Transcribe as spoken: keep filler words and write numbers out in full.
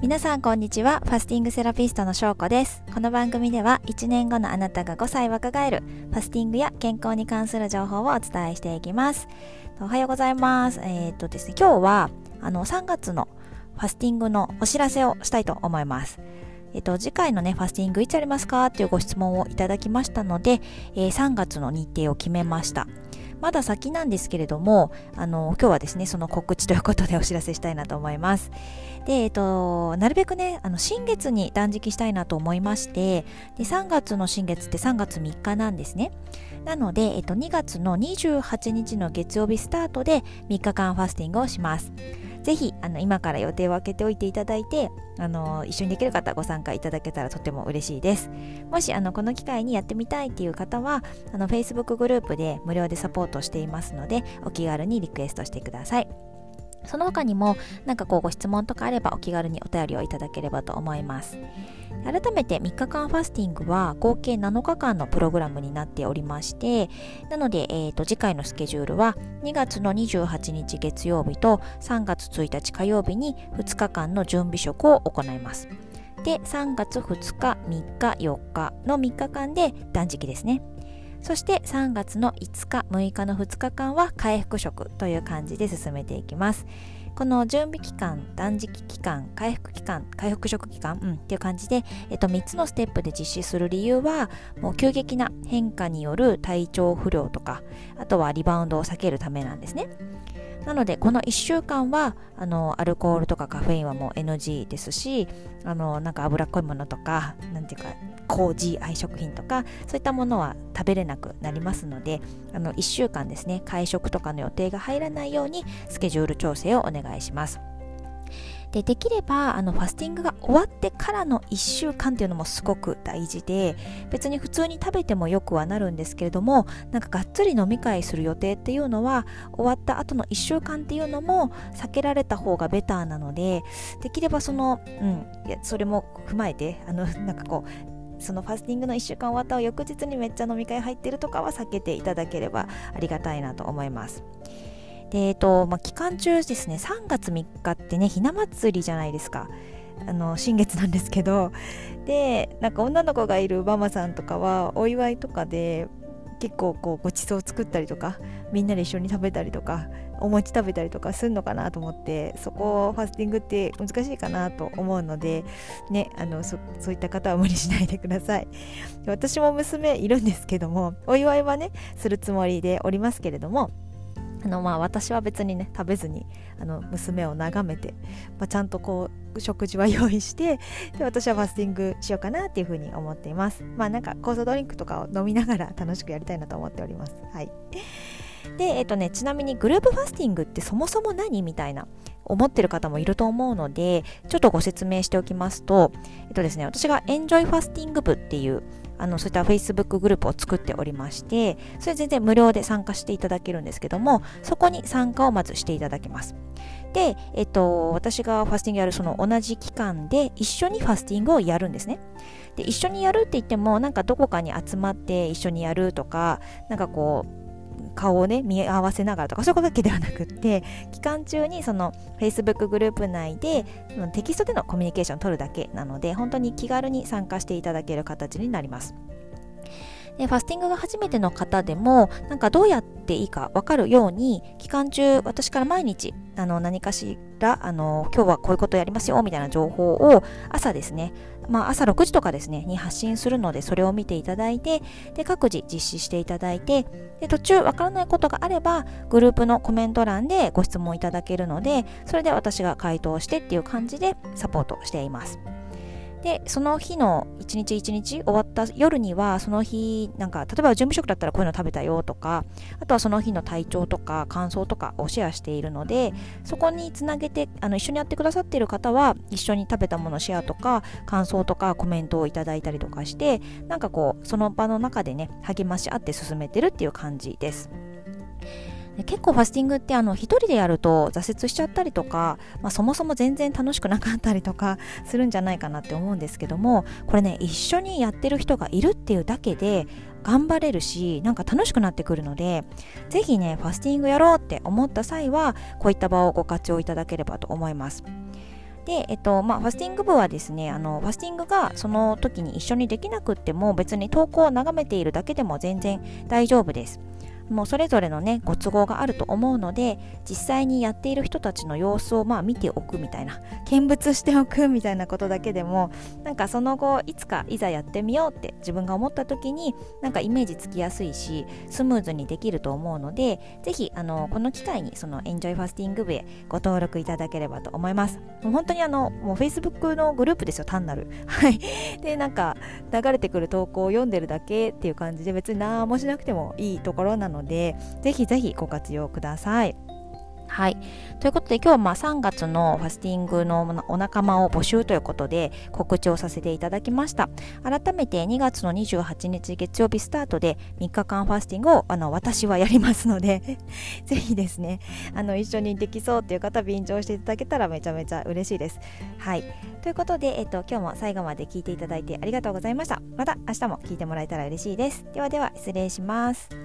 皆さんこんにちは。ファスティングセラピストのしょうこです。この番組ではいちねんごのあなたがごさい若返るファスティングや健康に関する情報をお伝えしていきます。おはようございます。えー、っとですね今日はあのさんがつのファスティングのお知らせをしたいと思います。えっと、次回のね、ファスティングいつありますかっていうご質問をいただきましたので、えー、さんがつの日程を決めました。まだ先なんですけれども、あの、今日はですね、その告知ということでお知らせしたいなと思います。で、えっと、なるべくね、あの、新月に断食したいなと思いまして、で、さんがつの新月ってさんがつみっかなんですね。なので、えっと、にがつのにじゅうはちにちの月曜日スタートでみっかかんファスティングをします。ぜひあの今から予定を空けておいていただいて、あの一緒にできる方ご参加いただけたらとても嬉しいです。もしあのこの機会にやってみたいっていう方はあの Facebook グループで無料でサポートしていますので、お気軽にリクエストしてください。その他にもなんかこうご質問とかあればお気軽にお便りをいただければと思います。改めてみっかかんファスティングは合計なのかかんのプログラムになっておりまして、なので、えーと、次回のスケジュールはにがつのにじゅうはちにち月曜日とさんがつついたち火曜日にふつかかんの準備食を行います。で、さんがつふつか、みっか、よっかのみっかかんで断食ですね。そしてさんがつのいつか、むいかのふつかかんは回復食という感じで進めていきます。この準備期間、断食期間、回復期間、回復食期間、うん、っていう感じで、えっと、みっつのステップで実施する理由は、もう急激な変化による体調不良とか、あとはリバウンドを避けるためなんですね。なのでこのいっしゅうかんはあのアルコールとかカフェインはもう エヌジー ですし、あのなんか脂っこいものとかなんていうか高 ジーアイ 食品とかそういったものは食べれなくなりますので、あのいっしゅうかんですね、会食とかの予定が入らないようにスケジュール調整をお願いします。で、できればあのファスティングが終わってからのいっしゅうかんっていうのもすごく大事で、別に普通に食べてもよくはなるんですけれども、なんかがっつり飲み会する予定っていうのは終わった後のいっしゅうかんっていうのも避けられた方がベターなので、できればその、うん、いやそれも踏まえてあのなんかこうそのファスティングのいっしゅうかん終わった翌日にめっちゃ飲み会入ってるとかは避けていただければありがたいなと思います。で、えっとまあ、期間中ですね、さんがつみっかってね、ひな祭りじゃないですか。あの新月なんですけど、でなんか女の子がいるママさんとかはお祝いとかで結構こうごちそう作ったりとか、みんなで一緒に食べたりとかお餅食べたりとかするのかなと思って、そこファスティングって難しいかなと思うのでね、あの そ, そういった方は無理しないでください。私も娘いるんですけども、お祝いはねするつもりでおりますけれども、あのまあ私は別にね食べずにあの娘を眺めて、まあ、ちゃんとこう食事は用意して、で私はファスティングしようかなっていうふうに思っています。まあなんか酵素ドリンクとかを飲みながら楽しくやりたいなと思っております。はい。で、えっとね、ちなみにグループファスティングってそもそも何みたいな思ってる方もいると思うので、ちょっとご説明しておきますと、えっとですね、私がエンジョイファスティング部っていうあのそういった Facebook グループを作っておりまして、それ全然無料で参加していただけるんですけども、そこに参加をまずしていただけます。で、えっと、私がファスティングやるその同じ期間で一緒にファスティングをやるんですね。で、一緒にやるって言っても、なんかどこかに集まって一緒にやるとか、なんかこう顔をね見合わせながらとかそういうことだけではなくって、期間中にその Facebook グループ内でテキストでのコミュニケーションを取るだけなので、本当に気軽に参加していただける形になります。で、ファスティングが初めての方でもなんかどうやっていいか分かるように、期間中私から毎日あの何かしらあの今日はこういうことやりますよみたいな情報を朝ですね、まあ、朝ろくじとかですねに発信するので、それを見ていただいて、で各自実施していただいて、で途中わからないことがあればグループのコメント欄でご質問いただけるので、それで私が回答してっていう感じでサポートしています。で、その日の一日一日終わった夜には、その日なんか例えば準備食だったらこういうの食べたよとか、あとはその日の体調とか感想とかをシェアしているので、そこにつなげてあの一緒にやってくださっている方は一緒に食べたものシェアとか感想とかコメントをいただいたりとかして、なんかこうその場の中でね励まし合って進めてるっていう感じです。結構ファスティングってあの一人でやると挫折しちゃったりとか、まあ、そもそも全然楽しくなかったりとかするんじゃないかなって思うんですけども、これね一緒にやってる人がいるっていうだけで頑張れるし、なんか楽しくなってくるので、ぜひねファスティングやろうって思った際はこういった場をご活用いただければと思います。 で、えっとまあ、ファスティング部はですね、あのファスティングがその時に一緒にできなくっても別に投稿を眺めているだけでも全然大丈夫です。もうそれぞれのねご都合があると思うので、実際にやっている人たちの様子をまあ見ておくみたいな、見物しておくみたいなことだけでも、なんかその後いつかいざやってみようって自分が思った時になんかイメージつきやすいし、スムーズにできると思うので、ぜひあのこの機会にそのエンジョイファスティング部へご登録いただければと思います。もう本当にあのもう Facebook のグループですよ、単なる。はいで、なんか流れてくる投稿を読んでるだけっていう感じで、別に何もしなくてもいいところなので、ぜひぜひご活用ください。はい。ということで今日はまあさんがつのファスティングのお仲間を募集ということで告知をさせていただきました。改めてにがつのにじゅうはちにち月曜日スタートでみっかかんファスティングをあの私はやりますのでぜひですね、あの一緒にできそうっていう方便乗していただけたらめちゃめちゃ嬉しいです。はい。ということで、えっと、今日も最後まで聞いていただいてありがとうございました。また明日も聞いてもらえたら嬉しいです。ではでは失礼します。